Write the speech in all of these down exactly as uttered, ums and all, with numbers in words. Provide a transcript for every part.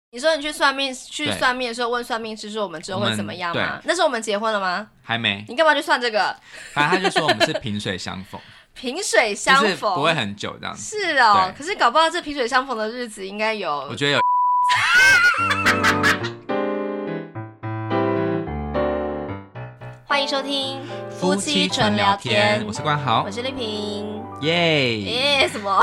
你说你去算命去算命的时候问算命师说我们之后会怎么样吗？那时候我们结婚了吗？ 还没。 你干嘛去算这个？ 反正他就说我们是萍水相逢。 萍水相逢、就是、 不会很久这样子。 是哦，可是搞不好这萍水相逢的日子应该有， 我觉得有。 欢迎收听夫妻纯聊天， 我是冠豪， 我是丽萍。 耶耶什么？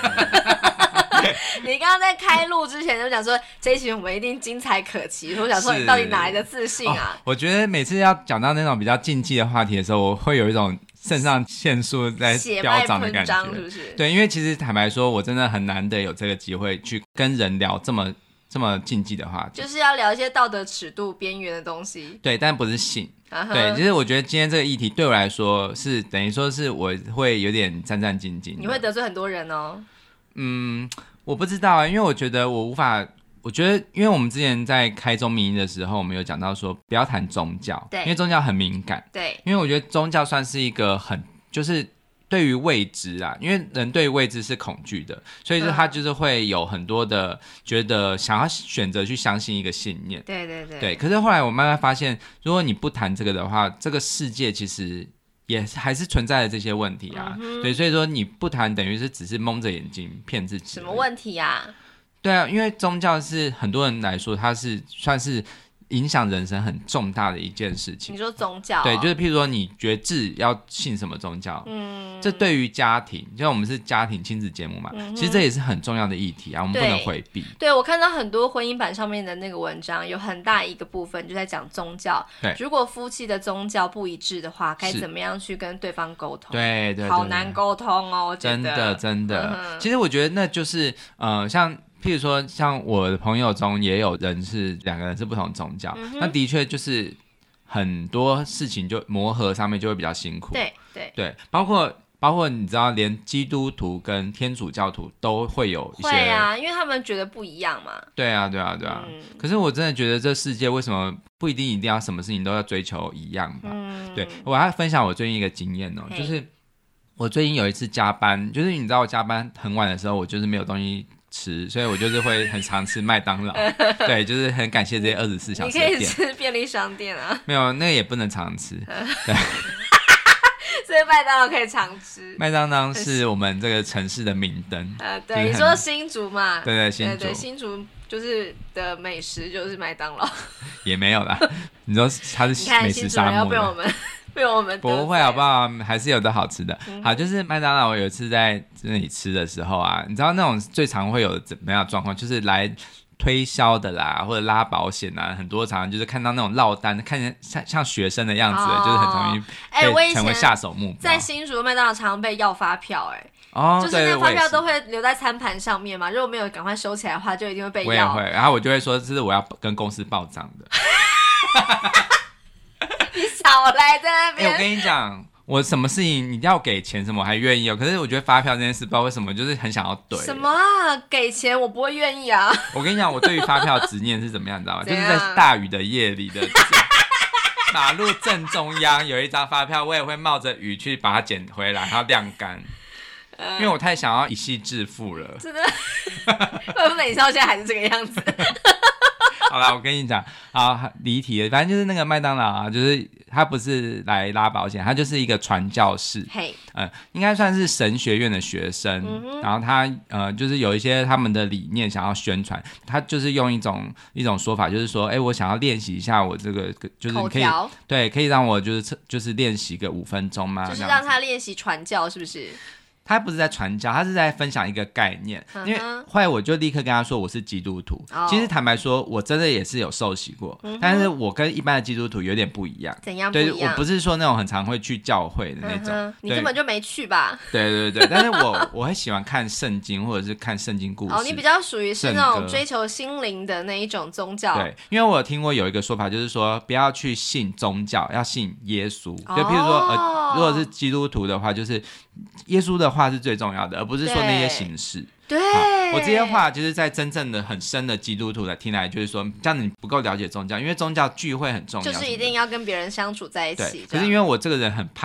你刚刚在开录之前就讲说这一期我们一定精彩可期，我想说你到底哪来的自信啊、 哦、我觉得每次要讲到那种比较禁忌的话题的时候，我会有一种肾上腺素在飙涨的感觉， 是不是？ 对，因为其实坦白说我真的很难得有这个机会去跟人聊这么这么禁忌的话题， 就是要聊一些道德尺度边缘的东西。 对，但不是性、uh-huh. 对，其实我觉得今天这个议题对我来说是等于说是我会有点战战兢兢， 你会得罪很多人哦。 嗯，我不知道啊，因为我觉得我无法，我觉得因为我们之前在开宗明义的时候，我们有讲到说不要谈宗教， 对， 因为宗教很敏感， 对， 因为我觉得宗教算是一个很就是对于未知啊，因为人对于未知是恐惧的，所以就他就是会有很多的觉得想要选择去相信一个信念， 对对对， 对。可是后来我慢慢发现，如果你不谈这个的话，这个世界其实也还是存在的这些问题啊、嗯、对，所以说你不谈等于是只是蒙着眼睛骗自己。 什么问题啊？ 对啊，因为宗教是很多人来说它是算是影响人生很重大的一件事情。 你说宗教、哦、 对，就是譬如说你决志要信什么宗教，嗯，这对于家庭，就像我们是家庭亲子节目嘛、嗯、其实这也是很重要的议题啊，我们不能回避。 对, 对，我看到很多婚姻版上面的那个文章，有很大一个部分就在讲宗教，对，如果夫妻的宗教不一致的话，该怎么样去跟对方沟通。 对 对, 对， 好难沟通哦，我觉得真的真的、嗯、其实我觉得那就是呃，像譬如说像我的朋友中也有人是两个人是不同宗教、嗯、那的确就是很多事情就磨合上面就会比较辛苦。 对对对， 包括包括你知道连基督徒跟天主教徒都会有一些， 会啊，因为他们觉得不一样嘛。 对啊对啊对啊、嗯、可是我真的觉得这世界为什么不一定一定要什么事情都要追求一样吧、嗯、对，我要分享我最近一个经验哦，就是我最近有一次加班，就是你知道我加班很晚的时候我就是没有东西吃，所以我就是会很常吃麦当劳对，就是很感谢这些二十四小时的店。 你可以吃便利商店啊。 没有，那个也不能常吃对所以麦当劳可以常吃。 麦当劳是我们这个城市的明灯。 呃，对、就是、你说新竹嘛。 对对，新竹。 对对，新竹就是的美食就是麦当劳。 也没有啦，你说它是美食沙漠的。 要被我们被我们不会好不好，还是有的好吃的、嗯、好，就是麦当劳我有一次在那里吃的时候啊，你知道那种最常会有怎么样的状况，就是来推销的啦或者拉保险啊，很多常常就是看到那种落单看起来 像, 像学生的样子的、哦、就是很容易被成为下手目标、欸、 在新竹的麦当劳常常被要发票哎、欸哦， 就是那个发票都会留在餐盘上面嘛，如果没有赶快收起来的话就一定会被要。 我也会，然后我就会说这是我要跟公司报账的你少来在那边、 欸、我跟你讲，我什么事情你要给钱什么我还愿意哦，可是我觉得发票这件事不知道为什么就是很想要怼。 什么啊，给钱我不会愿意啊。 我跟你讲，我对于发票执念是怎么样你知道吗？就是在大雨的夜里的马路正中央有一张发票，我也会冒着雨去把它捡回来然后晾干，因为我太想要一夕致富了。 真的为什么你到现在还是这个样子好啦，我跟你讲，好离题了，反正就是那个麦当劳啊，就是他不是来拉保险，他就是一个传教士， 嘿、hey. 呃，应该算是神学院的学生，嗯、然后他呃就是有一些他们的理念想要宣传，他就是用一种一种说法，就是说，哎，我想要练习一下我这个，就是可以对，可以让我就是就是练习个五分钟吗？ 就是让他练习传教，是不是？ 他不是在传教，他是在分享一个概念、uh-huh. 因为后来我就立刻跟他说我是基督徒、oh. 其实坦白说我真的也是有受洗过、uh-huh. 但是我跟一般的基督徒有点不一样。 怎样不一样？ 对，我不是说那种很常会去教会的那种、uh-huh. 你根本就没去吧。 对对对，但是我我很喜欢看圣经或者是看圣经故事。 哦，你比较属于是那种追求心灵的那一种宗教。 对，因为我有听过有一个说法，就是说不要去信宗教，要信耶稣、oh. 就譬如说、呃、如果是基督徒的话，就是耶稣的话是最重要的，而不是说那些形式。 对， 我这些话就是在真正的很深的基督徒来听来，就是说这样你不够了解宗教，因为宗教聚会很重要， 就是一定要跟别人相处在一起。 对，可是因为我这个人很怕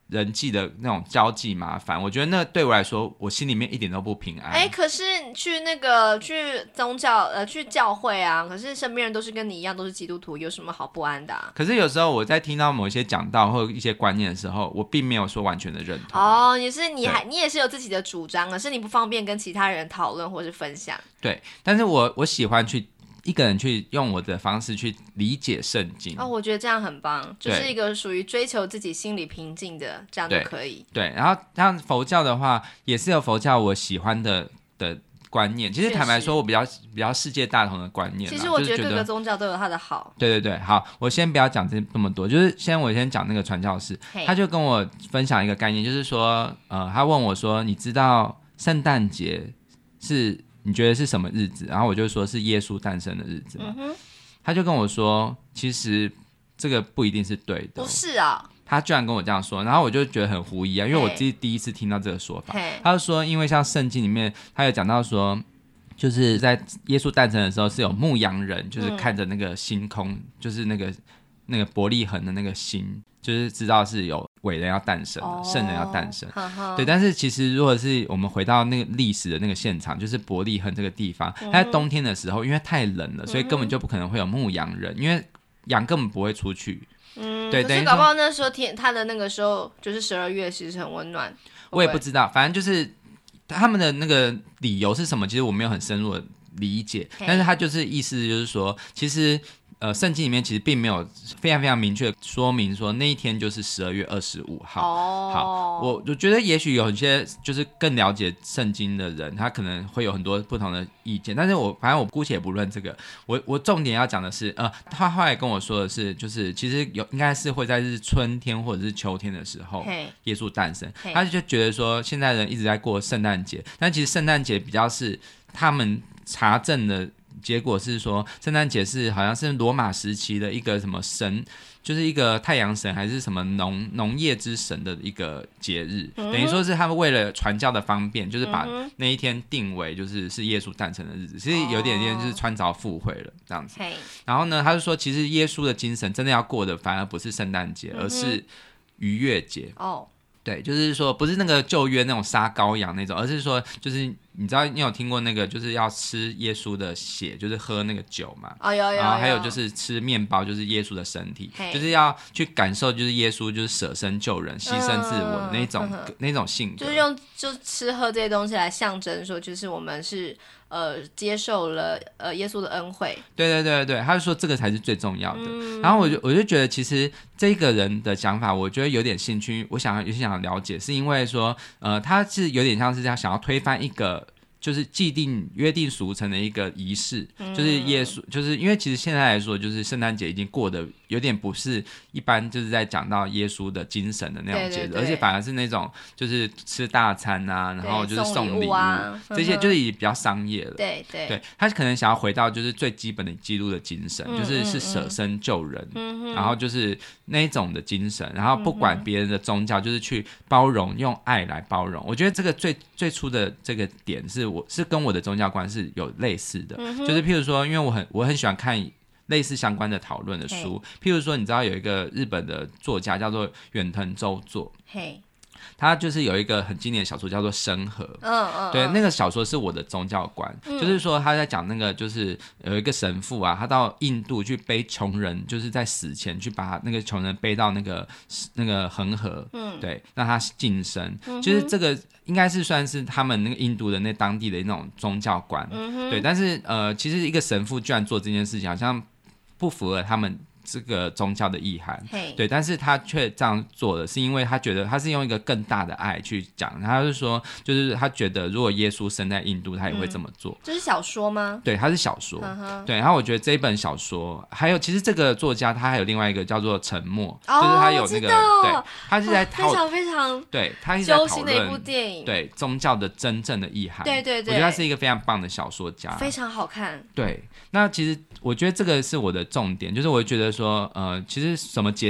人际的那种交际麻烦，我觉得那对我来说，我心里面一点都不平安。 哎，可是去那个去宗教呃去教会啊，可是身边人都是跟你一样都是基督徒，有什么好不安的啊？ 可是有时候我在听到某一些讲道或一些观念的时候，我并没有说完全的认同。 哦，也是你还你也是有自己的主张，可是你不方便跟其他人讨论或是分享。 对，但是我我喜欢去。一个人去用我的方式去理解圣经哦，我觉得这样很棒，就是一个属于追求自己心理平静的，这样就可以。 对，对然后像佛教的话，也是有佛教我喜欢的的观念。其实坦白说，我比较比较世界大同的观念。 其实我觉得各个宗教都有它的好。 对对对，好，我先不要讲这这么多，就是先我先讲那个传教士，他就跟我分享一个概念，就是说，呃，他问我说，你知道圣诞节是？你觉得是什么日子？然后我就说是耶稣诞生的日子嘛、嗯、他就跟我说其实这个不一定是对的。 不是啊， 他居然跟我这样说，然后我就觉得很狐疑啊，因为我自己第一次听到这个说法。他就说因为像圣经里面他有讲到说就是在耶稣诞生的时候是有牧羊人就是看着那个星空、嗯、就是那个那个伯利恒的那个星，就是知道是有伟人要诞生的，圣、哦、人要诞生。呵呵对，但是其实如果是我们回到那个历史的那个现场，就是伯利恒这个地方，它、嗯、在冬天的时候，因为太冷了，所以根本就不可能会有牧羊人，因为羊根本不会出去。 嗯，对，可是搞不好那时候天，他的那个时候就是十二月，其实很温暖。 我也不知道，反正就是他们的那个理由是什么，其实我没有很深入的理解，但是他就是意思就是说，其实。呃，圣经里面其实并没有非常非常明确的说明说那一天就是十二月二十五号。哦，好，我我觉得也许有一些就是更了解圣经的人，他可能会有很多不同的意见，但是我反正我姑且不论这个，我我重点要讲的是，呃，他后来跟我说的是，就是其实有应该是会在是春天或者是秋天的时候，耶稣诞生，他就觉得说现在人一直在过圣诞节，但其实圣诞节比较是他们查证的。结果是说圣诞节是好像是罗马时期的一个什么神，就是一个太阳神还是什么农农业之神的一个节日、嗯、等于说是他们为了传教的方便，就是把那一天定为就是是耶稣诞生的日子，其实有点点就是穿凿附会了这样子、哦、然后呢他就说其实耶稣的精神真的要过的反而不是圣诞节、嗯、而是逾越节哦，对，就是说不是那个旧约那种杀羔羊那种，而是说就是你知道你有听过那个就是要吃耶稣的血，就是喝那个酒嘛？哦，有有有。然后还有就是吃面包，就是耶稣的身体，就是要去感受就是耶稣就是舍身救人、牺牲自我的那种、嗯、那种性格， 就是用就吃喝这些东西来象征说，就是我们是呃接受了呃耶稣的恩惠。 对对对对，他就说这个才是最重要的。嗯、然后我就我就觉得其实这个人的想法，我觉得有点兴趣，我想有些想了解，是因为说呃他是有点像是他想要推翻一个。就是既定约定俗成的一个仪式、嗯、就是耶稣，就是因为其实现在来说就是圣诞节已经过得有点不是一般就是在讲到耶稣的精神的那种节日，而且反而是那种就是吃大餐啊，然后就是送礼物、啊、这些就是已经比较商业了。 对对对，他可能想要回到就是最基本的基督的精神、嗯、就是是舍身救人、嗯、然后就是那一种的精神，然后不管别人的宗教，就是去包容，用爱来包容。我觉得这个最最初的这个点是我是跟我的宗教观是有类似的、嗯、就是譬如说因为我很我很喜欢看类似相关的讨论的书，譬如说你知道有一个日本的作家叫做远藤周作，嘿，他就是有一个很经典的小说叫做《生和》，嗯嗯，对，那个小说是我的宗教观、嗯、就是说他在讲那个就是有一个神父啊，他到印度去背穷人，就是在死前去把那个穷人背到那个那个恒河，嗯，对，让他晋升、嗯、就是这个应该是算是他们那个印度的那当地的那种宗教观、嗯、对，但是呃，其实一个神父居然做这件事情好像不符合他们这个宗教的意涵，对，但是他却这样做的是因为他觉得他是用一个更大的爱去讲，他是说就是他觉得如果耶稣生在印度他也会这么做、嗯、 这是小说吗？ 对，他是小说、uh-huh. 对，然后我觉得这一本小说还有其实这个作家他还有另外一个叫做沉默、哦、就是他有那个对，他是在讨、 哦、非常非常对，他是在揪心的一部电影， 对宗教的真正的意涵， 对对对， 我觉得他是一个非常棒的小说家， 非常好看。 对，那其实我觉得这个是我的重点，就是我觉得说呃，其实什么节日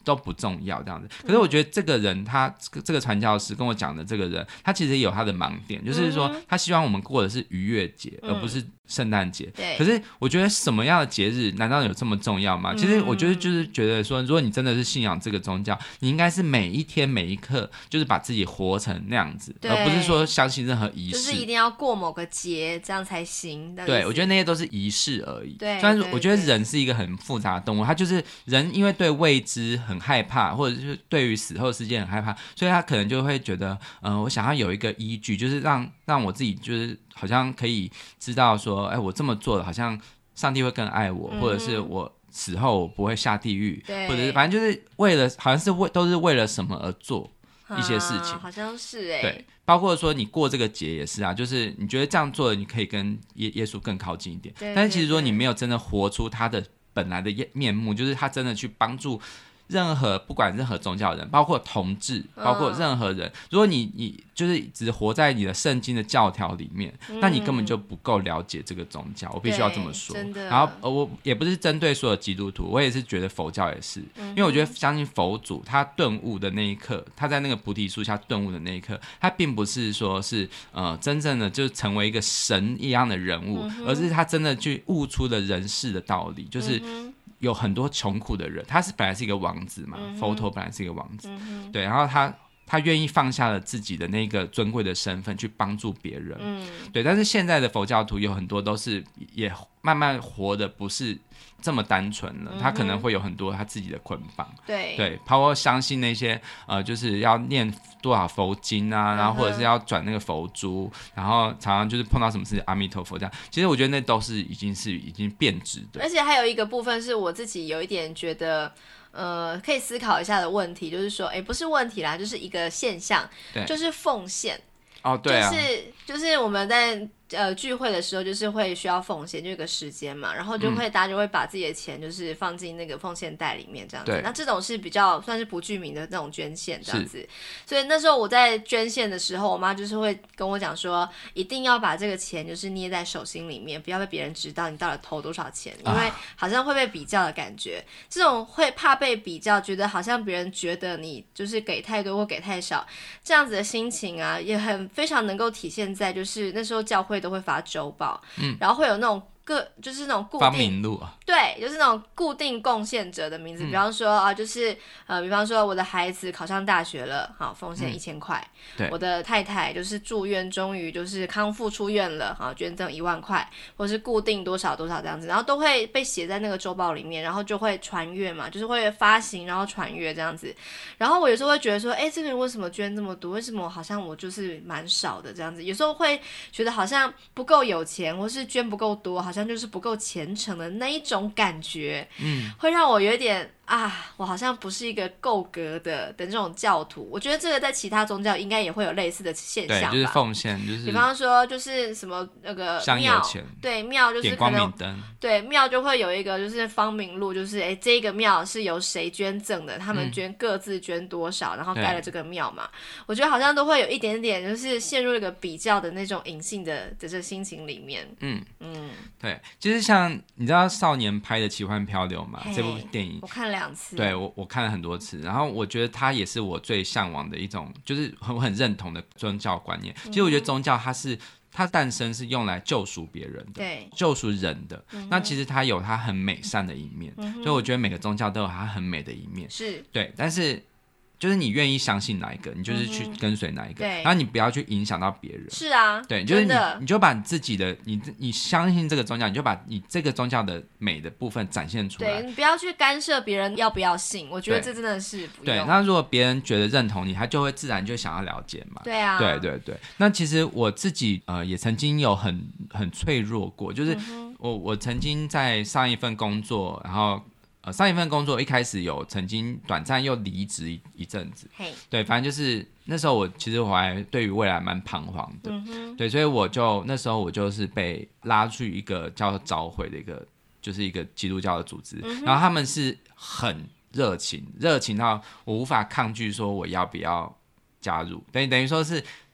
都不重要这样子。可是我觉得这个人他这个传教士跟我讲的这个人，他其实也有他的盲点，就是说他希望我们过的是逾越节，而不是圣诞节。可是我觉得什么样的节日难道有这么重要吗？其实我觉得就是觉得说，如果你真的是信仰这个宗教，你应该是每一天每一刻就是把自己活成那样子，而不是说相信任何仪式， 就是一定要过某个节这样才行。 对，我觉得那些都是仪式而已。 对， 虽然我觉得人是一个很复杂的动物，他就是人，因为对未知很害怕，或者是对于死后世界很害怕，所以他可能就会觉得，呃，我想要有一个依据，就是让让我自己就是好像可以知道说，哎，我这么做了，好像上帝会更爱我，嗯、或者是我死后我不会下地狱，或者是反正就是为了，好像是为都是为了什么而做一些事情，啊、 好像是哎、欸， 对，包括说你过这个节也是啊，就是你觉得这样做了，你可以跟 耶, 耶稣更靠近一点，对对对，但是其实说你没有真的活出他的本来的面目，就是他真的去帮助任何不管任何宗教人，包括同志，包括任何人，嗯、如果你你就是只活在你的圣经的教条里面，嗯、那你根本就不够了解这个宗教，我必须要这么说。然后、呃、我也不是针对所有基督徒，我也是觉得佛教也是，嗯、因为我觉得相信佛祖他顿悟的那一刻，他在那个菩提树下顿悟的那一刻，他并不是说是呃真正的就成为一个神一样的人物，嗯、而是他真的去悟出了人世的道理，就是。嗯有很多穷苦的人，他是本来是一个王子嘛，嗯、佛陀本来是一个王子，嗯、对，然后他他愿意放下了自己的那个尊贵的身份去帮助别人，嗯、对，但是现在的佛教徒有很多都是也慢慢活的不是这么单纯了，嗯、他可能会有很多他自己的捆绑， 对对，包括相信那些呃，就是要念多少佛经啊，然后或者是要转那个佛珠，然后常常就是碰到什么事阿弥陀佛这样，其实我觉得那都是已经是已经变质的。 而且还有一个部分是我自己有一点觉得呃，可以思考一下的问题，就是说，哎，不是问题啦，就是一个现象，就是奉献。 哦，对啊， 就是就是我们在呃聚会的时候，就是会需要奉献，就有个时间嘛，然后就会、嗯、大家就会把自己的钱就是放进那个奉献袋里面这样子。那这种是比较算是不具名的那种捐献这样子。所以那时候我在捐献的时候，我妈就是会跟我讲说，一定要把这个钱就是捏在手心里面，不要被别人知道你到底投多少钱，因为好像会被比较的感觉。啊、这种会怕被比较，觉得好像别人觉得你就是给太多或给太少，这样子的心情啊，也很。非常能够体现在就是那时候教会都会发周报，嗯，然后会有那种个就是那种固定方明路啊， 对，就是那种固定贡献者的名字，嗯、比方说啊，就是呃，比方说我的孩子考上大学了，好，奉献一千块，对，我的太太就是住院，终于就是康复出院了，好，捐赠一万块，或是固定多少多少这样子，然后都会被写在那个周报里面，然后就会传阅嘛，就是会发行，然后传阅这样子，然后我有时候会觉得说，哎，这个人为什么捐这么多？为什么好像我就是蛮少的这样子？有时候会觉得好像不够有钱，或是捐不够多，好像就是不够虔诚的那一种感觉，嗯，会让我有一点啊，我好像不是一个够格的的这种教徒。我觉得这个在其他宗教应该也会有类似的现象吧， 对，就是奉献，就是比方说就是什么那个庙，对，庙就是可能对庙就会有一个就是方明路，就是哎这个庙是由谁捐赠的，他们捐、嗯、各自捐多少，然后盖了这个庙嘛。我觉得好像都会有一点点就是陷入一个比较的那种隐性的的这心情里面。嗯嗯，对，就是像你知道少年拍的《奇幻漂流》吗？这部电影我看两次， 对我我看了很多次，然后我觉得它也是我最向往的一种，就是我很认同的宗教观念。其实我觉得宗教它是它诞生是用来救赎别人的，对，救赎人的。嗯、那其实它有它很美善的一面，嗯、所以我觉得每个宗教都有它很美的一面，是对，但是。就是你愿意相信哪一个，你就是去跟随哪一个，嗯、然后你不要去影响到别人。 是啊， 对，就是你，你就把你自己的，你你相信这个宗教，你就把你这个宗教的美的部分展现出来。 对，你不要去干涉别人要不要信，我觉得这真的是不用。 对，那如果别人觉得认同你，他就会自然就想要了解嘛。 对啊， 对对对。那其实我自己呃也曾经有很很脆弱过，就是我、嗯、我曾经在上一份工作，然后。呃，上一份工作一开始有曾经短暂又离职 一, 一阵子， Hey. 对，反正就是那时候我其实我还对于未来蛮彷徨的，嗯、对，所以我就那时候我就是被拉去一个叫召会的一个，就是一个基督教的组织，嗯、然后他们是很热情，热情到我无法抗拒说我要不要加入，等于等于说是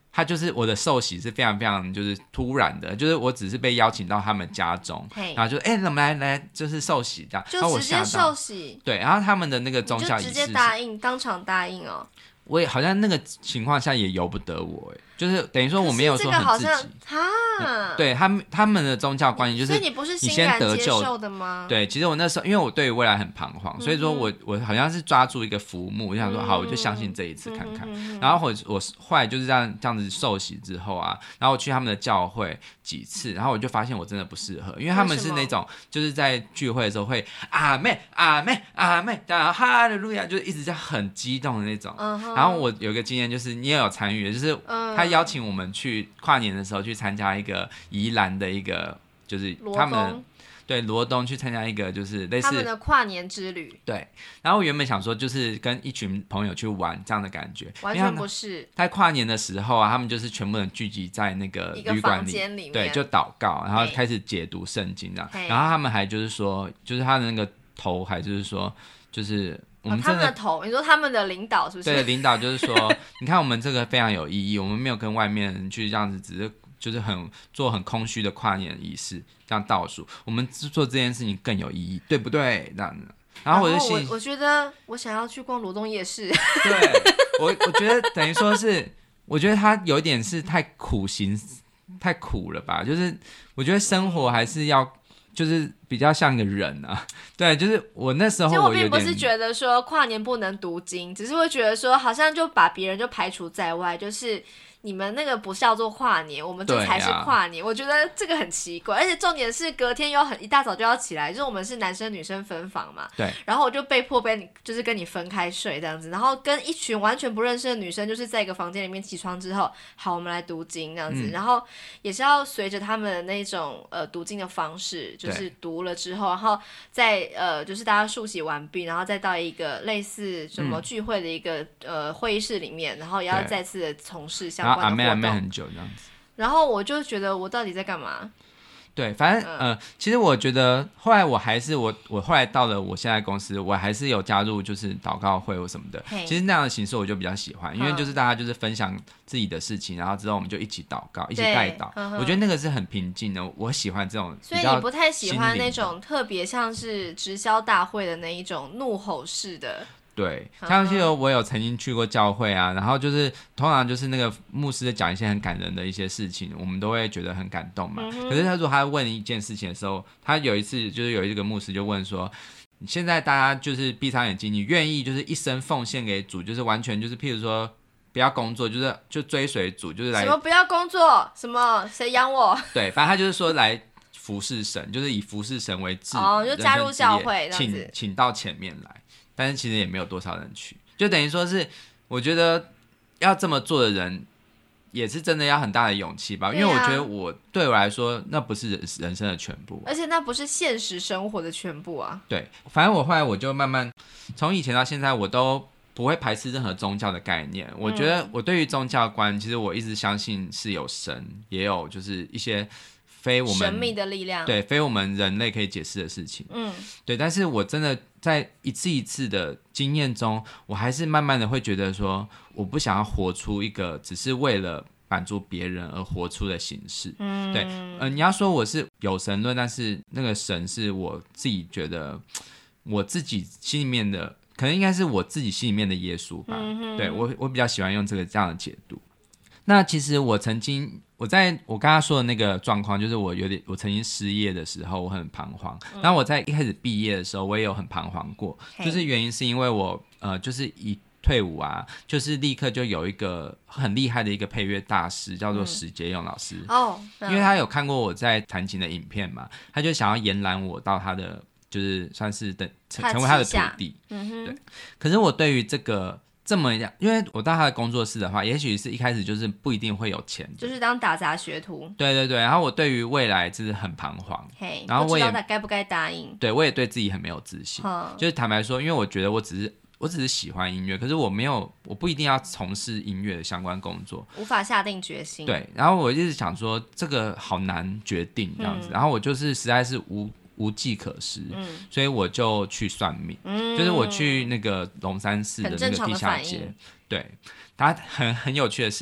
他就是我的受洗是非常非常就是突然的，就是我只是被邀请到他们家中，然后就哎，我们来来就是受洗这样， 就直接受洗。 对，然后他们的那个宗教仪式， 就直接答应，当场答应哦。 我也好像那个情况下也由不得我，哎，就是等于说我没有说很自己哈， 对他们他们的宗教观念就是， 所以你不是欣然接受的吗？ 对，其实我那时候因为我对于未来很彷徨，所以说我我好像是抓住一个浮木，我想说好，我就相信这一次看看。嗯、然后我我后来就是这样这样子受洗之后啊，然后我去他们的教会几次，然后我就发现我真的不适合，因为他们是那种就是在聚会的时候会阿妹阿妹阿妹，然后哈利路亚，就是一直在很激动的那种。嗯、然后我有一个经验就是你也有参与，就是他邀请我们去跨年的时候去参加一个宜兰的一个就是他们对罗东去参加一个就是类似他们的跨年之旅。 对，然后我原本想说就是跟一群朋友去玩这样的感觉， 完全不是。 在跨年的时候啊，他们就是全部人聚集在那个旅馆里， 里对，就祷告，然后开始解读圣经这样。然后他们还就是说，就是他的那个头还就是说，就是我们、 哦、他们的头，你说他们的领导是不是？ 对，领导就是说，你看我们这个非常有意义，我们没有跟外面人去这样子，只是就是很做很空虚的跨年仪式，这样倒数，我们做这件事情更有意义，对不对？这样子。然后我就心里， 我我觉得我想要去逛罗东夜市。 对，我我觉得等于说是，我觉得他有一点是太苦行，太苦了吧？就是我觉得生活还是要。就是比较像个人啊，对，就是我那时候我有点， 其实我并不是觉得说跨年不能读经，只是会觉得说好像就把别人就排除在外，就是你们那个不叫做跨年，我们这才是跨年、啊、我觉得这个很奇怪，而且重点是隔天又很一大早就要起来，就是我们是男生女生分房嘛， 对， 然后我就被迫被你就是跟你分开睡这样子，然后跟一群完全不认识的女生就是在一个房间里面起床之后，好，我们来读经这样子、嗯、然后也是要随着他们的那种呃读经的方式，就是读了之后，然后再呃就是大家漱洗完毕，然后再到一个类似什么聚会的一个、嗯、呃会议室里面，然后也要再次的从事相关的活动， 然后阿妹阿妹很久这样子， 然后我就觉得我到底在干嘛？ 对，反正、嗯、呃，其实我觉得后来我还是我我后来到了我现在公司，我还是有加入就是祷告会或什么的。其实那样的形式我就比较喜欢，因为就是大家就是分享自己的事情，然后之后我们就一起祷告，一起代祷。我觉得那个是很平静的，我喜欢这种比较心灵的。 所以你不太喜欢那种特别像是直销大会的那一种怒吼式的。 对，像其实我有曾经去过教会啊，然后就是通常就是那个牧师在讲一些很感人的一些事情，我们都会觉得很感动嘛。嗯、可是他如果他问一件事情的时候，他有一次就是有一个牧师就问说，现在大家就是闭上眼睛，你愿意就是一生奉献给主，就是完全就是譬如说不要工作，就是就追随主，就是来什么不要工作，什么谁养我？ 对，反正他就是说来服侍神，就是以服侍神为志， 哦，就加入教会这样子， 请请到前面来。但是其实也没有多少人去，就等于说是，我觉得要这么做的人，也是真的要很大的勇气吧。啊、因为我觉得我对我来说，那不是人人生的全部， 而且那不是现实生活的全部啊。 对，反正我后来我就慢慢从以前到现在，我都不会排斥任何宗教的概念。我觉得我对于宗教观，其实我一直相信是有神，也有就是一些。非我们神秘的力量， 对，非我们人类可以解释的事情，嗯，对。但是我真的在一次一次的经验中，我还是慢慢的会觉得说，我不想要活出一个只是为了满足别人而活出的形式，嗯，对，呃，你要说我是有神论，但是那个神是我自己觉得，我自己心里面的，可能应该是我自己心里面的耶稣吧，嗯、对我我比较喜欢用这个这样的解读。那其实我曾经，我在我刚刚说的那个状况，就是我有点，我曾经失业的时候，我很彷徨。然后我在一开始毕业的时候，我也有很彷徨过，就是原因是因为我呃，就是一退伍啊，就是立刻就有一个很厉害的一个配乐大师，叫做史杰勇老师。哦、嗯，因为他有看过我在弹琴的影片嘛，他就想要延揽我到他的，就是算是的成为他的徒弟。嗯哼，对。可是我对于这个。这么样，因为我到他的工作室的话，也许是一开始就是不一定会有钱的， 就是当打杂学徒。 对对对，然后我对于未来就是很彷徨， 嘿， 然后我也不知道他该不该答应。 对，我也对自己很没有自信，就是坦白说，因为我觉得我只是我只是喜欢音乐，可是我没有，我不一定要从事音乐的相关工作， 无法下定决心。 对，然后我一直想说这个好难决定这样子，嗯、然后我就是实在是无。无计可施、嗯，所以我就去算命、嗯，就是我去那个龙山寺的那个地下街，对，他很很有趣的是，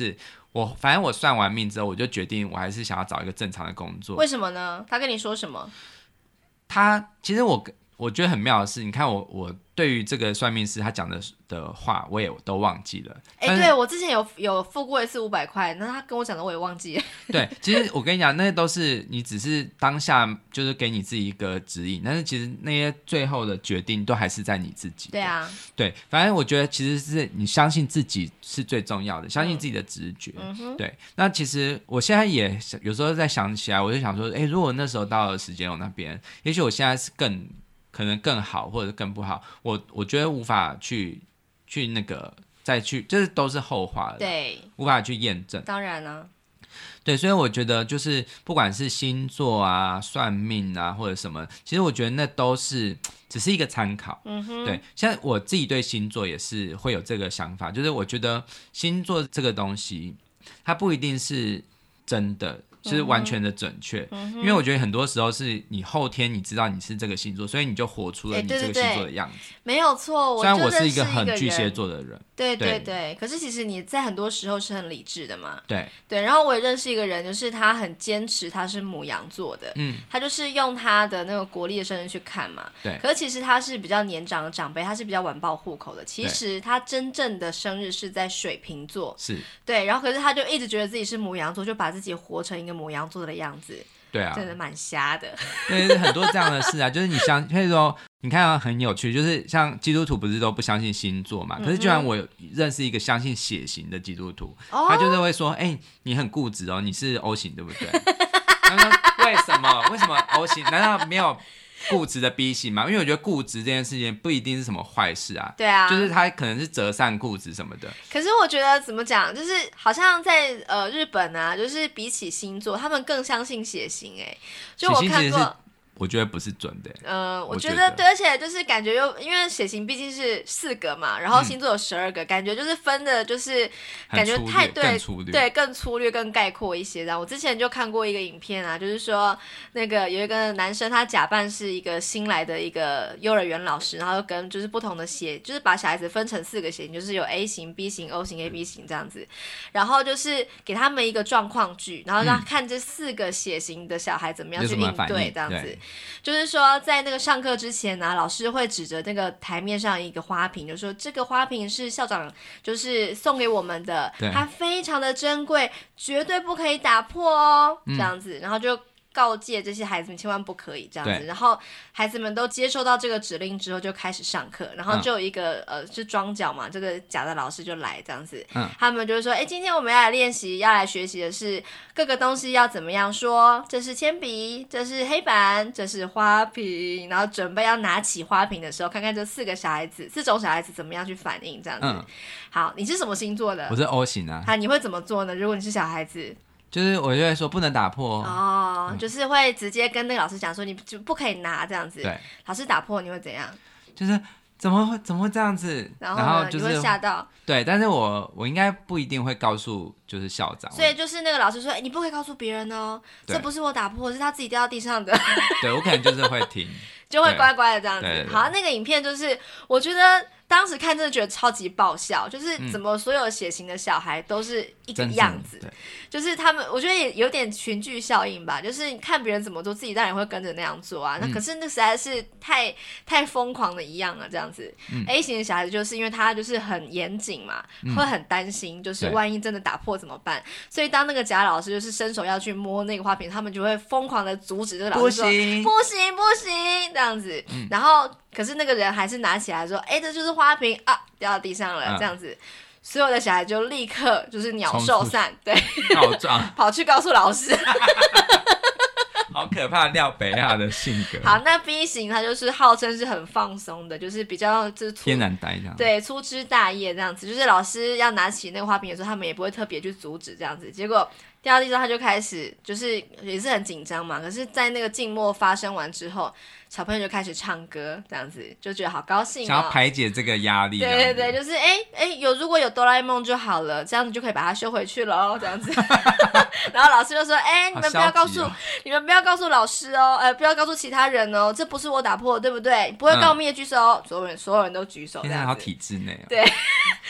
我反正我算完命之后，我就决定我还是想要找一个正常的工作。 为什么呢？他跟你说什么？ 他其实我我觉得很妙的是，你看我我对于这个算命师他讲的的话，我也都忘记了。 哎、欸，对我之前有有付过一次五百块，那他跟我讲的我也忘记了。 对，其实我跟你讲，那些都是你只是当下就是给你自己一个指引，但是其实那些最后的决定都还是在你自己。 对啊， 对，反正我觉得其实是你相信自己是最重要的，相信自己的直觉。嗯、对，那其实我现在也有时候在想起来，我就想说，哎，如果那时候到了时间我那边，也许我现在是更可能更好，或者更不好，我我觉得无法去去那个再去，这都是后话了， 对， 无法去验证。 当然啊。 对，所以我觉得就是不管是星座啊、算命啊或者什么，其实我觉得那都是只是一个参考。嗯哼，对，像我自己对星座也是会有这个想法，就是我觉得星座这个东西，它不一定是真的。是完全的准确、嗯、因为我觉得很多时候是你后天你知道你是这个星座，所以你就活出了你这个星座的样子、欸、对对对， 没有错。 虽然我是一个很巨蟹座的人， 对对 对, 对，可是其实你在很多时候是很理智的嘛。 对对，然后我也认识一个人，就是他很坚持他是牡羊座的，嗯，他就是用他的那个国历的生日去看嘛。 对， 可是其实他是比较年长的长辈，他是比较晚报户口的，其实他真正的生日是在水瓶座。 是，对， 然后可是他就一直觉得自己是牡羊座，就把自己活成一个牡羊座的样子。 对啊， 真的蛮瞎的。 对，很多这样的事啊，就是你相，譬如说，你看、啊、很有趣，就是像基督徒不是都不相信星座嘛？嗯、可是居然我有认识一个相信血型的基督徒，哦、他就是会说，哎、欸，你很固执哦，你是 O 型对不对？他说为什么？为什么 O 型？难道没有固执的 B 型吗？因为我觉得固执这件事情不一定是什么坏事啊。 对啊， 就是他可能是折善固执什么的。 可是我觉得怎么讲，就是好像在呃日本啊，就是比起星座，他们更相信血型哎、欸。就我看过。 我觉得不是准的、欸。 嗯、呃，我觉得对，而且就是感觉又因为血型毕竟是四个嘛，然后星座有十二个、嗯，感觉就是分的，就是感觉太对， 更粗略对，更粗略、更概括一些。然后我之前就看过一个影片啊，就是说那个有一个男生，他假扮是一个新来的一个幼儿园老师，然后跟就是不同的血，就是把小孩子分成四个血型，就是有 A 型、B 型、O 型、A B 型这样子，然后就是给他们一个状况剧，然后让他看这四个血型的小孩怎么样去应对这样子。就是说在那个上课之前呢、啊，老师会指着那个台面上一个花瓶，就说这个花瓶是校长就是送给我们的，它非常的珍贵，绝对不可以打破哦、嗯、这样子，然后就告诫这些孩子们千万不可以这样子，然后孩子们都接收到这个指令之后就开始上课，然后就有一个、嗯、呃是庄脚嘛，这个假的老师就来这样子、嗯、他们就说哎，今天我们要来练习要来学习的是各个东西要怎么样说，这是铅笔，这是黑板，这是花瓶，然后准备要拿起花瓶的时候看看这四个小孩子四种小孩子怎么样去反应这样子、嗯、好，你是什么星座的？ 我是 O 型啊。 好，你会怎么做呢？如果你是小孩子， 就是我就会说不能打破哦、嗯，就是会直接跟那个老师讲说你就不可以拿这样子。 对， 老师打破你会怎样？ 就是怎么会怎么会这样子？ 然后呢， 然后就是你会吓到。 对，但是我我应该不一定会告诉就是校长。 所以就是那个老师说，哎、欸，你不可以告诉别人哦，这不是我打破，是他自己掉到地上的。 对，我可能就是会听， 就会乖乖的这样子。 对对对， 好，那个影片就是我觉得。当时看真的觉得超级爆笑，就是怎么所有血型的小孩都是一个样子、嗯、就是他们我觉得也有点群聚效应吧，就是看别人怎么做自己当然会跟着那样做啊、嗯、那可是那实在是太太疯狂的一样了这样子、嗯、A 型的小孩子就是因为他就是很严谨嘛、嗯、会很担心就是万一真的打破怎么办，所以当那个贾老师就是伸手要去摸那个花瓶，他们就会疯狂的阻止这个老师说不行不行不行这样子、嗯、然后可是那个人还是拿起来说哎，这就是花瓶啊，掉到地上了、嗯、这样子，所有的小孩就立刻就是鸟兽散，对，跑去告诉老师好可怕廖北亚的性格。 好，那 B 型他就是号称是很放松的，就是比较就是天然呆这样， 对，粗枝大叶这样子，就是老师要拿起那个花瓶的时候他们也不会特别去阻止这样子，结果掉到地上他就开始就是也是很紧张嘛，可是在那个静默发生完之后，小朋友就开始唱歌这样子，就觉得好高兴哦， 想要排解这个压力。 对对对，就是哎哎有如果有哆啦 A 梦就好了，这样子就可以把它收回去了这样子然后老师就说哎，你们不要告诉、哦、你们不要告诉老师哦，呃不要告诉其他人哦，这不是我打破的对不对？不会告密的举手、嗯、所有人所有人都举手这样子。 好体制内哦。 对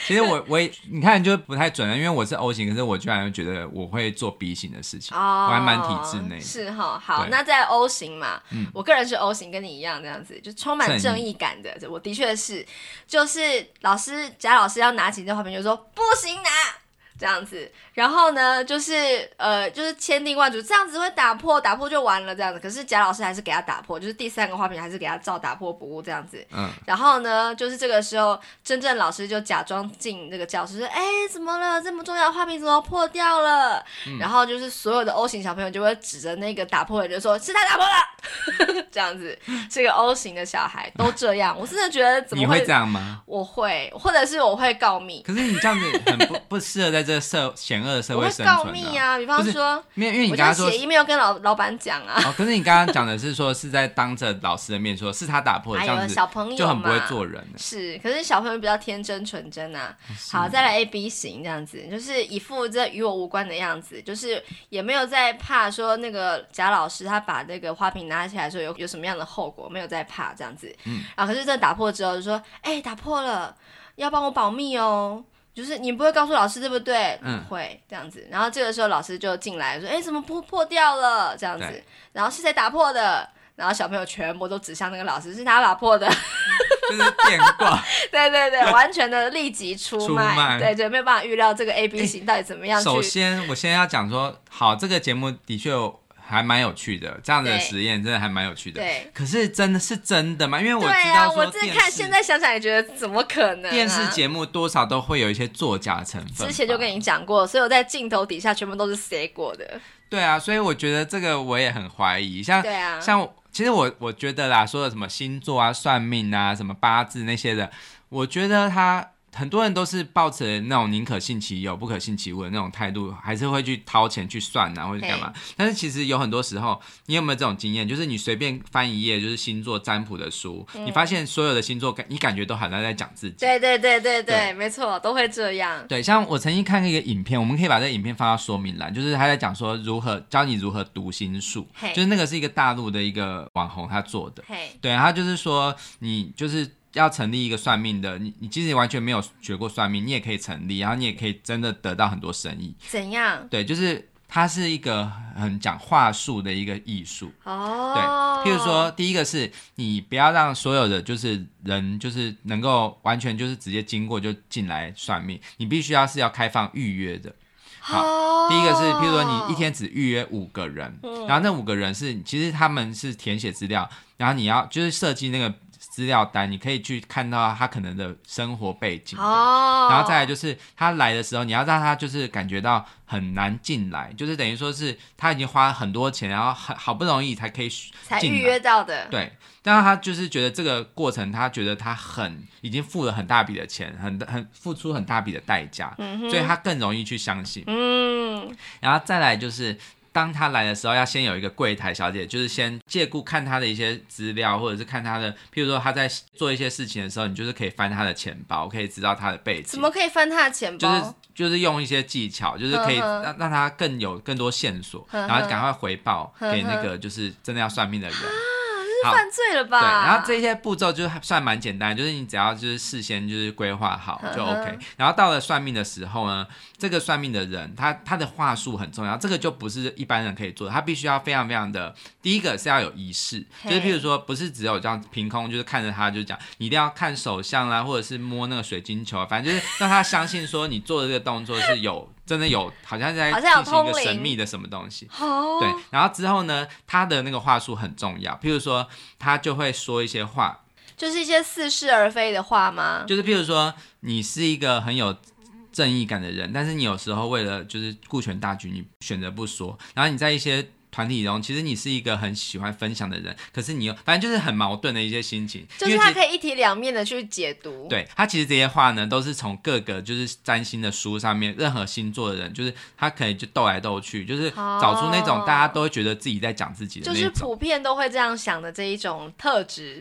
其实我我也你看就不太准了，因为我是 O 型，可是我居然觉得我会做 B 型的事情，哦、我还蛮体制内的。 是哈，好，那在 O 型嘛、嗯，我个人是 O 型，跟你一样这样子，就充满正义感的。我的确是，就是老师贾老师要拿起这画面就说不行拿。这样子，然后呢，就是呃，就是千叮万嘱，这样子会打破，打破就完了这样子。可是贾老师还是给他打破，就是第三个画面还是给他照打破不误这样子。嗯。然后呢，就是这个时候，真正老师就假装进那个教室说：“哎，怎么了？这么重要的画面怎么破掉了？”嗯、然后就是所有的 O 型小朋友就会指着那个打破的人就说：“是他打破了。”这样子，这个 O 型的小孩都这样，我真的觉得怎么会？ 你会这样吗？ 我会，或者是我会告密。 可是你这样子很不不适合在这个社险恶的社会生存、 啊。我会告密啊，比方说， 因为因为你刚刚说我就写 email 跟老老板讲啊。 哦，可是你刚刚讲的是说是在当着老师的面说是他打破的，这样子小朋友就很不会做人。 是，可是小朋友比较天真纯真啊。好，再来 A B 型这样子，就是一副这与我无关的样子，就是也没有在怕说那个贾老师他把那个花瓶拿起来的时候有有什么样的后果，没有在怕这样子。嗯。啊，可是这打破之后就说，哎、欸，打破了，要帮我保密哦。就是你不会告诉老师对不对？嗯，会这样子。然后这个时候老师就进来说：“哎，怎么破破掉了？”这样子。然后是谁打破的？然后小朋友全部都指向那个老师，是他打破的。 就是电挂。 对对对，完全的立即出卖。出卖对对，没有办法预料这个 A B 型到底怎么样去。 首先，我先要讲说，好，这个节目的确有。还蛮有趣的，这样的实验真的还蛮有趣的。对，可是真的是真的吗？因为我知道说，对啊， 我自己看，现在想想也觉得怎么可能、啊？ 电视节目多少都会有一些作假成分。 之前就跟你讲过，所以我在镜头底下全部都是写过的。 对啊，所以我觉得这个我也很怀疑。像对啊，像其实我我觉得啦，说的什么星座啊、算命啊、什么八字那些的，我觉得他。很多人都是抱持那种宁可信其有不可信其无的那种态度，还是会去掏钱去算啊，或者干嘛。但是其实有很多时候，你有没有这种经验？就是你随便翻一页就是星座占卜的书、嗯，你发现所有的星座，你感觉都好像在讲自己。 对对对对 对, 对，没错，都会这样。 对，像我曾经看过一个影片，我们可以把这个影片放到说明栏，就是他在讲说如何教你如何读心术，就是那个是一个大陆的一个网红他做的。对，他就是说你就是。要成立一个算命的，你你即使完全没有学过算命，你也可以成立，然后你也可以真的得到很多生意。 怎样？ 对，就是它是一个很讲话术的一个艺术。哦。对，譬如说，第一个是你不要让所有的就是人就是能够完全就是直接经过就进来算命，你必须要是要开放预约的。好， oh. 第一个是，譬如说你一天只预约五个人，嗯、然后那五个人是其实他们是填写资料，然后你要就是设计那个。资料单，你可以去看到他可能的生活背景的、oh. 然后再来就是他来的时候，你要让他就是感觉到很难进来，就是等于说是他已经花很多钱，然后很好不容易才可以进来才预约到的。 对，但是他就是觉得这个过程，他觉得他很已经付了很大笔的钱，很很付出很大笔的代价、嗯，所以他更容易去相信。嗯，然后再来就是。当他来的时候，要先有一个柜台小姐，就是先借故看他的一些资料，或者是看他的，譬如说他在做一些事情的时候，你就是可以翻他的钱包，可以知道他的背景。 怎么可以翻他的钱包？ 就是就是用一些技巧，就是可以让让他更有更多线索，呵呵然后赶快回报给那个就是真的要算命的人。呵呵犯罪了吧？ 对，然后这些步骤就算蛮简单，就是你只要就是事先就是规划好就 OK。然后到了算命的时候呢，这个算命的人他他的话术很重要，这个就不是一般人可以做的，他必须要非常非常的，第一个是要有仪式，就是譬如说不是只有这样凭空就是看着他就讲，你一定要看手相啦，或者是摸那个水晶球，反正就是让他相信说你做的这个动作是有。真的有，好像在进行一个神秘的什么东西。对，然后之后呢，他的那个话术很重要，譬如说，他就会说一些话， 就是一些似是而非的话吗？ 就是譬如说，你是一个很有正义感的人，但是你有时候为了就是顾全大局，你选择不说，然后你在一些团体中，其实你是一个很喜欢分享的人，可是你又反正就是很矛盾的一些心情， 就是他可以一体两面的去解读。 对，他其实这些话呢，都是从各个就是占星的书上面，任何星座的人，就是他可以就斗来斗去，就是找出那种大家都会觉得自己在讲自己的那种， 就是普遍都会这样想的这一种特质。 对。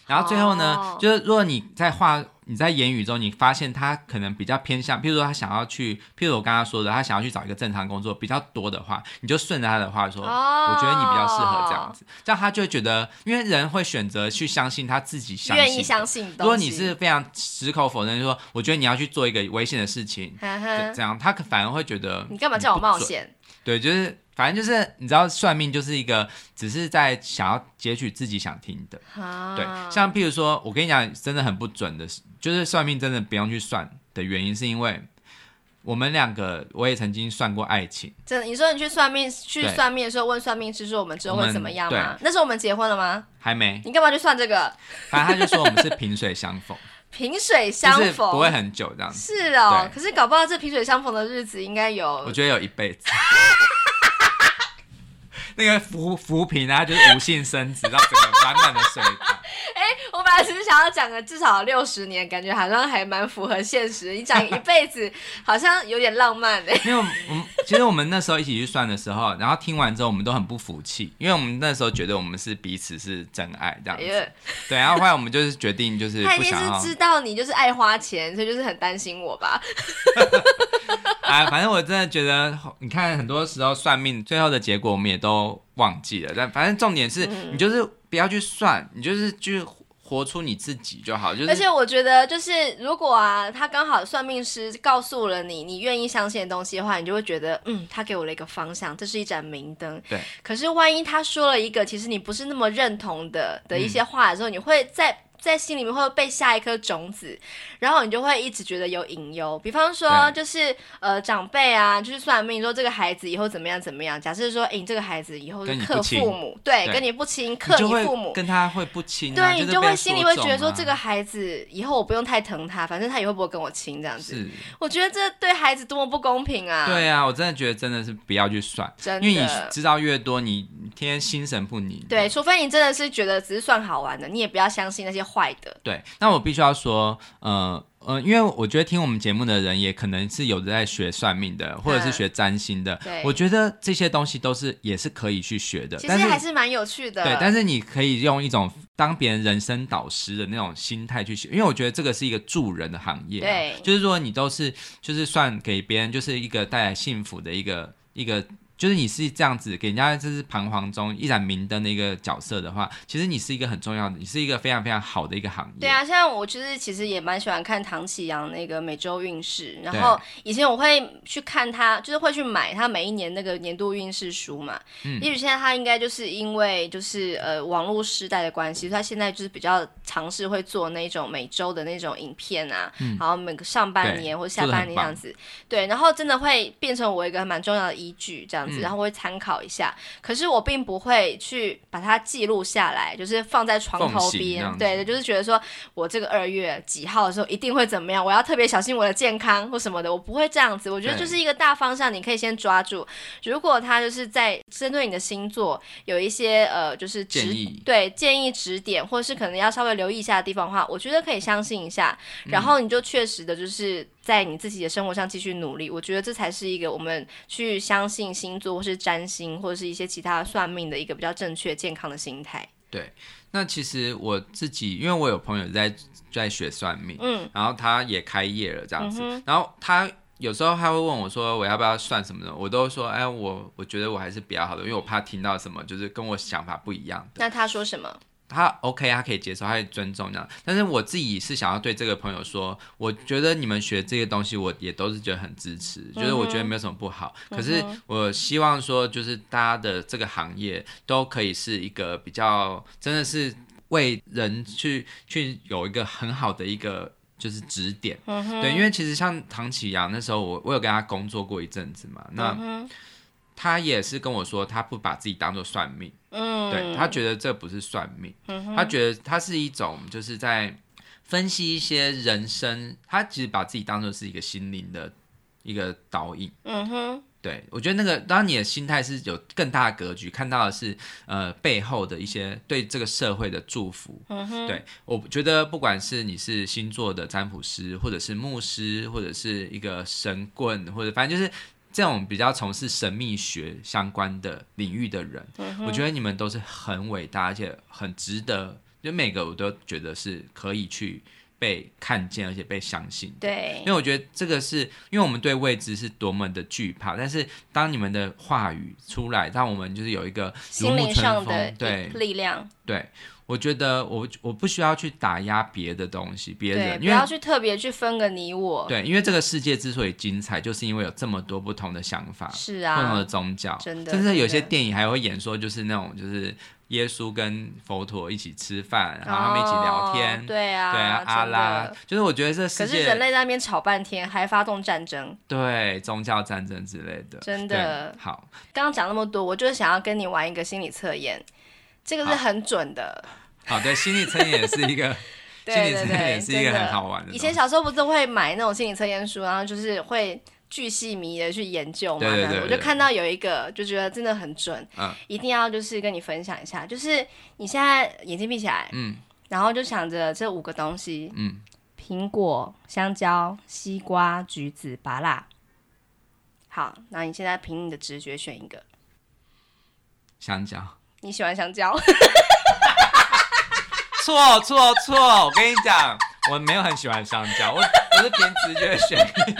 然后最后呢、哦、就是如果你在画你在言语中你发现他可能比较偏向，譬如说他想要去，譬如我刚刚说的他想要去找一个正常工作比较多的话，你就顺着他的话说、哦、我觉得你比较适合这样子，这样他就会觉得，因为人会选择去相信他自己相信愿意相信的东西。 如果你是非常矢口否认说我觉得你要去做一个危险的事情呵呵这样他反而会觉得你干嘛叫我冒险。 对，就是反正就是你知道算命就是一个只是在想要截取自己想听的、啊、对，像譬如说我跟你讲真的很不准的，就是算命真的不用去算的原因是因为我们两个我也曾经算过爱情。 真的？你说你去算命去算命的时候问算命师说我们之后会怎么样吗？那时候我们结婚了吗？ 还没。 你干嘛去算这个？ 反正他就说我们是萍水相逢萍水相逢、就是、 不会很久这样子。 是哦，可是搞不好这萍水相逢的日子应该有， 我觉得有一辈子那个浮浮萍啊，就是无性生殖，然后整个满满的水塘。 哎、欸，我本来只是想要讲个至少六十年，感觉好像还蛮符合现实。你讲一辈子，好像有点浪漫哎、欸。 因为我们其实我们那时候一起去算的时候，然后听完之后我们都很不服气，因为我们那时候觉得我们是彼此是真爱这样子。哎、对，然后后来我们就是决定就是不想要。 他一定是知道你就是爱花钱，所以就是很担心我吧。 啊，反正我真的觉得，你看很多时候算命最后的结果我们也都忘记了，但反正重点是、嗯、你就是不要去算，你就是去活出你自己就好。就是、 而且我觉得就是如果啊他刚好算命师告诉了你你愿意相信的东西的话，你就会觉得嗯他给我了一个方向，这是一盏明灯。 对。 可是万一他说了一个其实你不是那么认同的的一些话的时候、嗯、你会在在心里面会被下一颗种子，然后你就会一直觉得有隐忧。比方说就是呃长辈啊就是算命说这个孩子以后怎么样怎么样，假设说哎、欸、你这个孩子以后是克父母，对，跟你不亲，克你父母， 跟他会不亲、啊、 对、就是、你就会心里会觉得说啊、 这个孩子以后我不用太疼他，反正他以后不会跟我亲这样子。是，我觉得这对孩子多么不公平啊。 对啊，我真的觉得真的是不要去算，真的，因为你知道越多你天天心神不宁。 对，除非你真的是觉得只是算好玩的，你也不要相信那些坏的。 对，那我必须要说呃呃，因为我觉得听我们节目的人也可能是有的在学算命的，或者是学占星的、嗯、我觉得这些东西都是也是可以去学的， 其实还是蛮有趣的。 对，但是你可以用一种当别人人生导师的那种心态去学，因为我觉得这个是一个助人的行业、啊、对，就是说你都是就是算给别人就是一个带来幸福的一个一个就是你是这样子给人家就是彷徨中一盏明灯的一个角色的话，其实你是一个很重要的，你是一个非常非常好的一个行业。 对啊，像我就是其实也蛮喜欢看唐启阳那个每周运势，然后以前我会去看他，就是会去买他每一年那个年度运势书嘛。嗯，也许现在他应该就是因为就是呃网络时代的关系，所以他现在就是比较尝试会做那种每周的那种影片啊，嗯、然后每个上半年或下半年这样子，对，然后真的会变成我一个蛮重要的依据这样子。然后我会参考一下，可是我并不会去把它记录下来，就是放在床头边。对，就是觉得说我这个二月几号的时候一定会怎么样，我要特别小心我的健康或什么的，我不会这样子。我觉得就是一个大方向，你可以先抓住。如果他就是在针对你的星座有一些呃，就是指建议， 对建议指点，或者是可能要稍微留意一下的地方的话，我觉得可以相信一下，然后你就确实的就是在你自己的生活上继续努力。我觉得这才是一个我们去相信星座或是占星或者是一些其他算命的一个比较正确健康的心态。 对，那其实我自己因为我有朋友在在学算命，嗯，然后他也开业了这样子、嗯、然后他有时候他会问我说我要不要算什么的，我都说哎，我我觉得我还是比较好的，因为我怕听到什么就是跟我想法不一样的。 那他说什么？ 他 OK， 他可以接受，他可以尊重这样。但是我自己是想要对这个朋友说，我觉得你们学这些东西，我也都是觉得很支持，嗯、就是我觉得没有什么不好。嗯、可是我希望说，就是大家的这个行业都可以是一个比较，真的是为人去去有一个很好的一个就是指点。嗯、对，因为其实像唐启阳那时候我，我我有跟他工作过一阵子嘛，那。嗯他也是跟我说他不把自己当作算命，嗯，对，他觉得这不是算命、嗯、他觉得他是一种就是在分析一些人生，他其实把自己当作是一个心灵的一个导引。嗯哼，对，我觉得那个当你的心态是有更大的格局，看到的是呃背后的一些对这个社会的祝福。嗯哼，对，我觉得不管是你是星座的占卜师，或者是牧师，或者是一个神棍，或者反正就是这种比较从事神秘学相关的领域的人、嗯、我觉得你们都是很伟大而且很值得就每个我都觉得是可以去被看见而且被相信。 对， 因为我觉得这个是因为我们对未知是多么的惧怕，但是当你们的话语出来，让我们就是有一个心灵上的力量。 对，我觉得我我不需要去打压别的东西，别人不要去特别去分个你我。 对，因为这个世界之所以精彩，就是因为有这么多不同的想法， 是啊， 不同的宗教， 真的， 甚至有些电影还会演说，就是那种就是耶稣跟佛陀一起吃饭，然后他们一起聊天。 哦、对啊， 对啊，阿拉，就是我觉得这世界， 可是人类在那边吵半天，还发动战争， 对，宗教战争之类的， 真的。 好， 刚刚讲那么多，我就是想要跟你玩一个心理测验，这个是很准的。 好的，心理测验也是一个，心理测验也是一个很好玩的。 以前小时候不是会买那种心理测验书，然后就是会巨细靡的去研究嘛。 对对 对, 对, 对， 我就看到有一个，就觉得真的很准，嗯，一定要就是跟你分享一下。就是你现在眼睛闭起来，嗯，然后就想着这五个东西，嗯，苹果、香蕉、西瓜、橘子、芭乐。好，那你现在凭你的直觉选一个。 香蕉。你喜欢香蕉？ 错错错！我跟你讲，我没有很喜欢香蕉，我我是凭直觉选。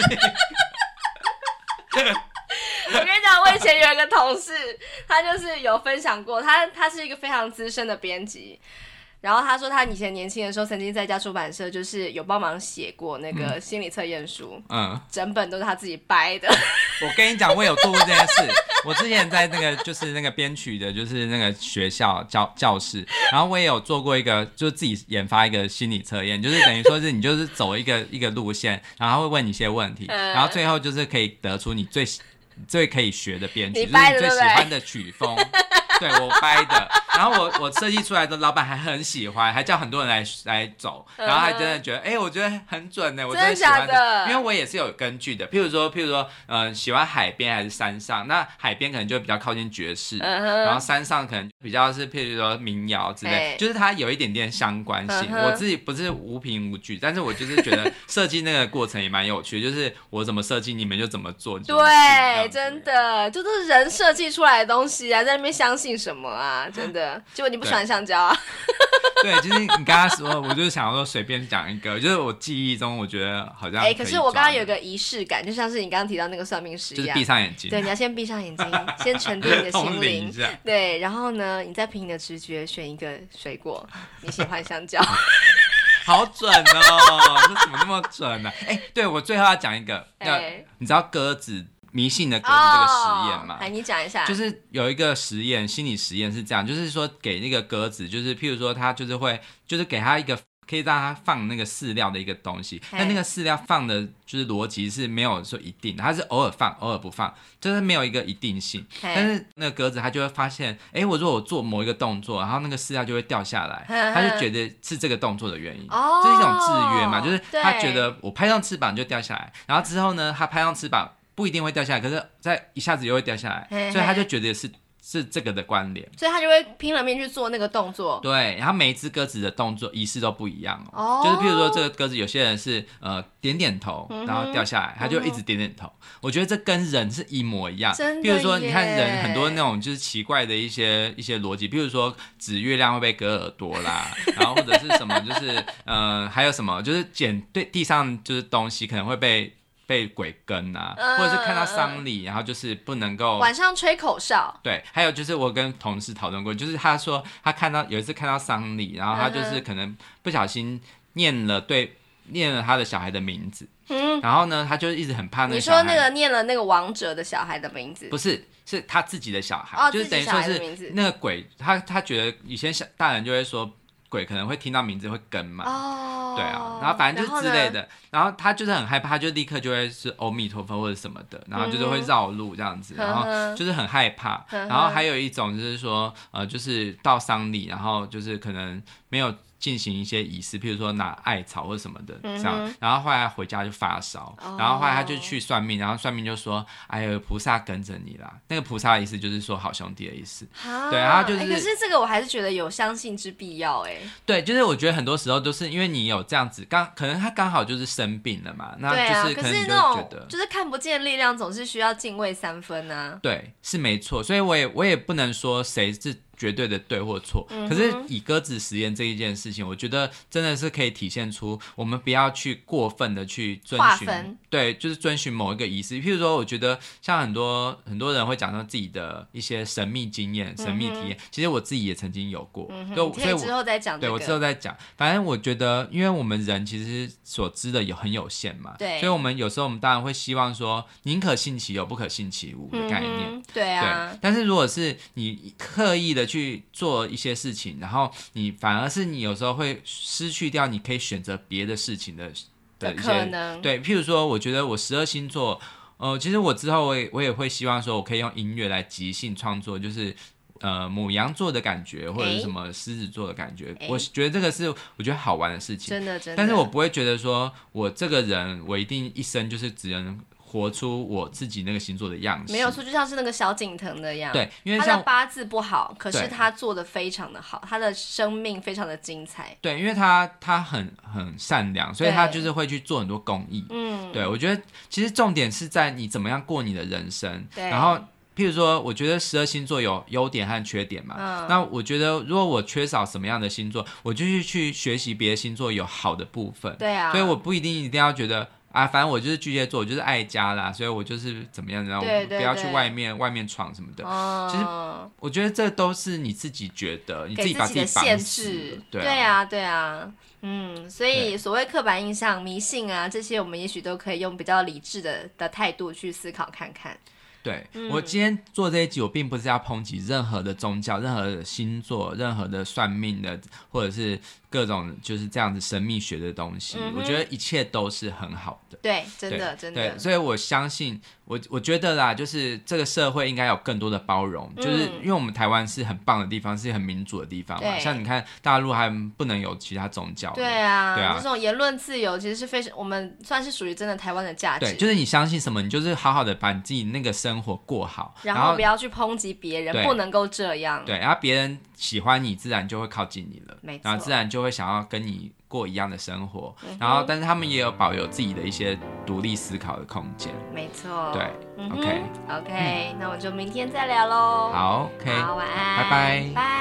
我跟你讲，我以前有一个同事，他就是有分享过，他他是一个非常资深的编辑。然后他说他以前年轻的时候曾经在一家出版社就是有帮忙写过那个心理测验书，嗯，整本都是他自己掰的。 我跟你讲，我有做过这件事。我之前在那个就是那个编曲的，就是那个学校教教室，然后我也有做过一个，就是自己研发一个心理测验，就是等于说是你就是走一个一个路线，然后会问你一些问题，嗯、然后最后就是可以得出你最最可以学的编曲，就是你最喜欢的曲风。对，我掰的，然后我我设计出来的，老板还很喜欢，还叫很多人来来走，然后还真的觉得，哎、欸，我觉得很准呢，我真的喜欢的， 真的假的？ 因为我也是有根据的，譬如说，譬如说，呃，喜欢海边还是山上？那海边可能就比较靠近爵士，嗯、然后山上可能比较是譬如说民谣之类，就是它有一点点相关性。嗯、我自己不是无凭无据，但是我就是觉得设计那个过程也蛮有趣的，就是我怎么设计，你们就怎么做。 对，真的，这都是人设计出来的东西啊，在那边相信什么啊？真的，结果你不喜欢香蕉啊？ 对，就是你刚刚说，我就是想说随便讲一个，就是我记忆中我觉得好像可以。哎、 欸，可是我刚刚有个仪式感，就像是你刚刚提到那个算命师一样， 就是闭上眼睛。 对，你要先闭上眼睛，先沉淀你的心灵。对，然后呢，你再凭你的直觉选一个水果，你喜欢香蕉。 好准哦！这怎么那么准呢、啊？哎、欸，对，我最后要讲一个，欸、你知道鸽子？迷信的鸽子这个实验嘛， 来、哦、你讲一下。 就是有一个实验，心理实验是这样，就是说给那个鸽子，就是譬如说它就是会，就是给它一个可以让它放那个饲料的一个东西，但那个饲料放的就是逻辑是没有说一定的，它是偶尔放，偶尔不放，就是没有一个一定性。但是那个鸽子它就会发现，哎、欸，我如果我做某一个动作，然后那个饲料就会掉下来，它就觉得是这个动作的原因，哦、这是一种制约嘛，就是它觉得我拍上翅膀就掉下来，然后之后呢，它拍上翅膀。不一定会掉下来，可是在一下子又会掉下来，嘿嘿，所以他就觉得是是这个的关联， 所以他就会拼了命去做那个动作。 对，然后每一只鸽子的动作仪式都不一样哦，哦就是譬如说这个鸽子，有些人是呃点点头，然后掉下来，他就一直点点头。嗯、我觉得这跟人是一模一样。 真的譬如说，你看人很多那种就是奇怪的一些一些逻辑，譬如说指月亮会被割耳朵啦，然后或者是什么就是呃还有什么就是捡对地上就是东西可能会被。被鬼跟啊，嗯、或者是看到丧礼，然后就是不能够晚上吹口哨。 对，还有就是我跟同事讨论过，就是他说他看到有一次看到丧礼，然后他就是可能不小心念了对念了他的小孩的名字，嗯，然后呢他就一直很怕那个小孩。 你说那个念了那个亡者的小孩的名字？ 不是，是他自己的小孩， 哦、 就是等于说是那个鬼，他他觉得以前小大人就会说。鬼可能会听到名字会跟嘛，哦，对啊，然后反正就是之类的，然 后, 然后他就是很害怕，他就立刻就会是阿弥陀佛或者什么的，然后就是会绕路这样子，嗯、然后就是很害怕，嗯、然后还有一种就是说，呃，就是到丧礼，然后就是可能没有进行一些仪式，譬如说拿艾草或什么的这样，嗯、然后后来回家就发烧，哦、然后后来他就去算命，然后算命就说，哎呦，菩萨跟着你啦，那个菩萨的意思就是说好兄弟的意思，对，然后就是、欸， 可是这个我还是觉得有相信之必要，哎。 对，就是我觉得很多时候都是因为你有这样子，刚可能他刚好就是生病了嘛，那就是可能你就觉得， 啊、就是看不见的力量总是需要敬畏三分啊。 对，是没错，所以我也我也不能说谁是绝对的对或错、嗯、可是以鸽子实验这一件事情，我觉得真的是可以体现出我们不要去过分的去遵循，对，就是遵循某一个仪式。譬如说我觉得像很多很多人会讲到自己的一些神秘经验、神秘体验、嗯、其实我自己也曾经有过、 嗯、就所以我之后再讲、这个、 对，我之后再讲。反正我觉得因为我们人其实所知的有很有限嘛， 对， 所以我们有时候我们当然会希望说宁可信其有不可信其无的概念、嗯、 对啊对。但是如果是你刻意的去做一些事情，然后你反而是你有时候会失去掉你可以选择别的事情的的一些可能， 对，譬如说我觉得我十二星座呃，其实我之后我也我也会希望说我可以用音乐来即兴创作，就是呃牡羊座的感觉或者是什么狮子座的感觉、欸、我觉得这个是我觉得好玩的事情， 真的真的。 但是我不会觉得说我这个人我一定一生就是只能活出我自己那个星座的样式， 没有错，就像是那个小景腾的样， 对，因为他的八字不好，可是他做的非常的好，他的生命非常的精彩， 对，因为他他很很善良，所以他就是会去做很多公益，嗯，对，我觉得其实重点是在你怎么样过你的人生， 对， 然后譬如说我觉得十二星座有优点和缺点嘛、嗯、那我觉得如果我缺少什么样的星座，我就去去学习别的星座有好的部分， 对啊， 所以我不一定一定要觉得啊，反正我就是巨蟹座，我就是爱家啦，所以我就是怎么样，然后不要去外面外面闯什么的、嗯。其实我觉得这都是你自己觉得，你自己把自己绑死了， 对啊，对啊，嗯，所以所谓刻板印象、迷信啊这些，我们也许都可以用比较理智的的态度去思考看看。 对、嗯、我今天做这一集我并不是要抨击任何的宗教、任何的星座、任何的算命的或者是各种就是这样子神秘学的东西、嗯、我觉得一切都是很好的， 对，真的真的， 对，所以我相信我我觉得啦，就是这个社会应该有更多的包容、嗯、就是因为我们台湾是很棒的地方，是很民主的地方嘛，像你看大陆还不能有其他宗教， 对啊， 对啊， 这种言论自由其实是非常，我们算是属于真的台湾的价值， 对，就是你相信什么你就是好好的把你自己那个生活过好， 然后不要去抨击别人，不能够这样， 对，然后别人喜欢你自然就会靠近你了， 没错， 然后自然就会想要跟你过一样的生活、嗯、然后但是他们也有保有自己的一些独立思考的空间， 没错， 对、嗯、OK OK、嗯、那我就明天再聊咯， 好 OK， 好，晚安， 拜拜。 拜。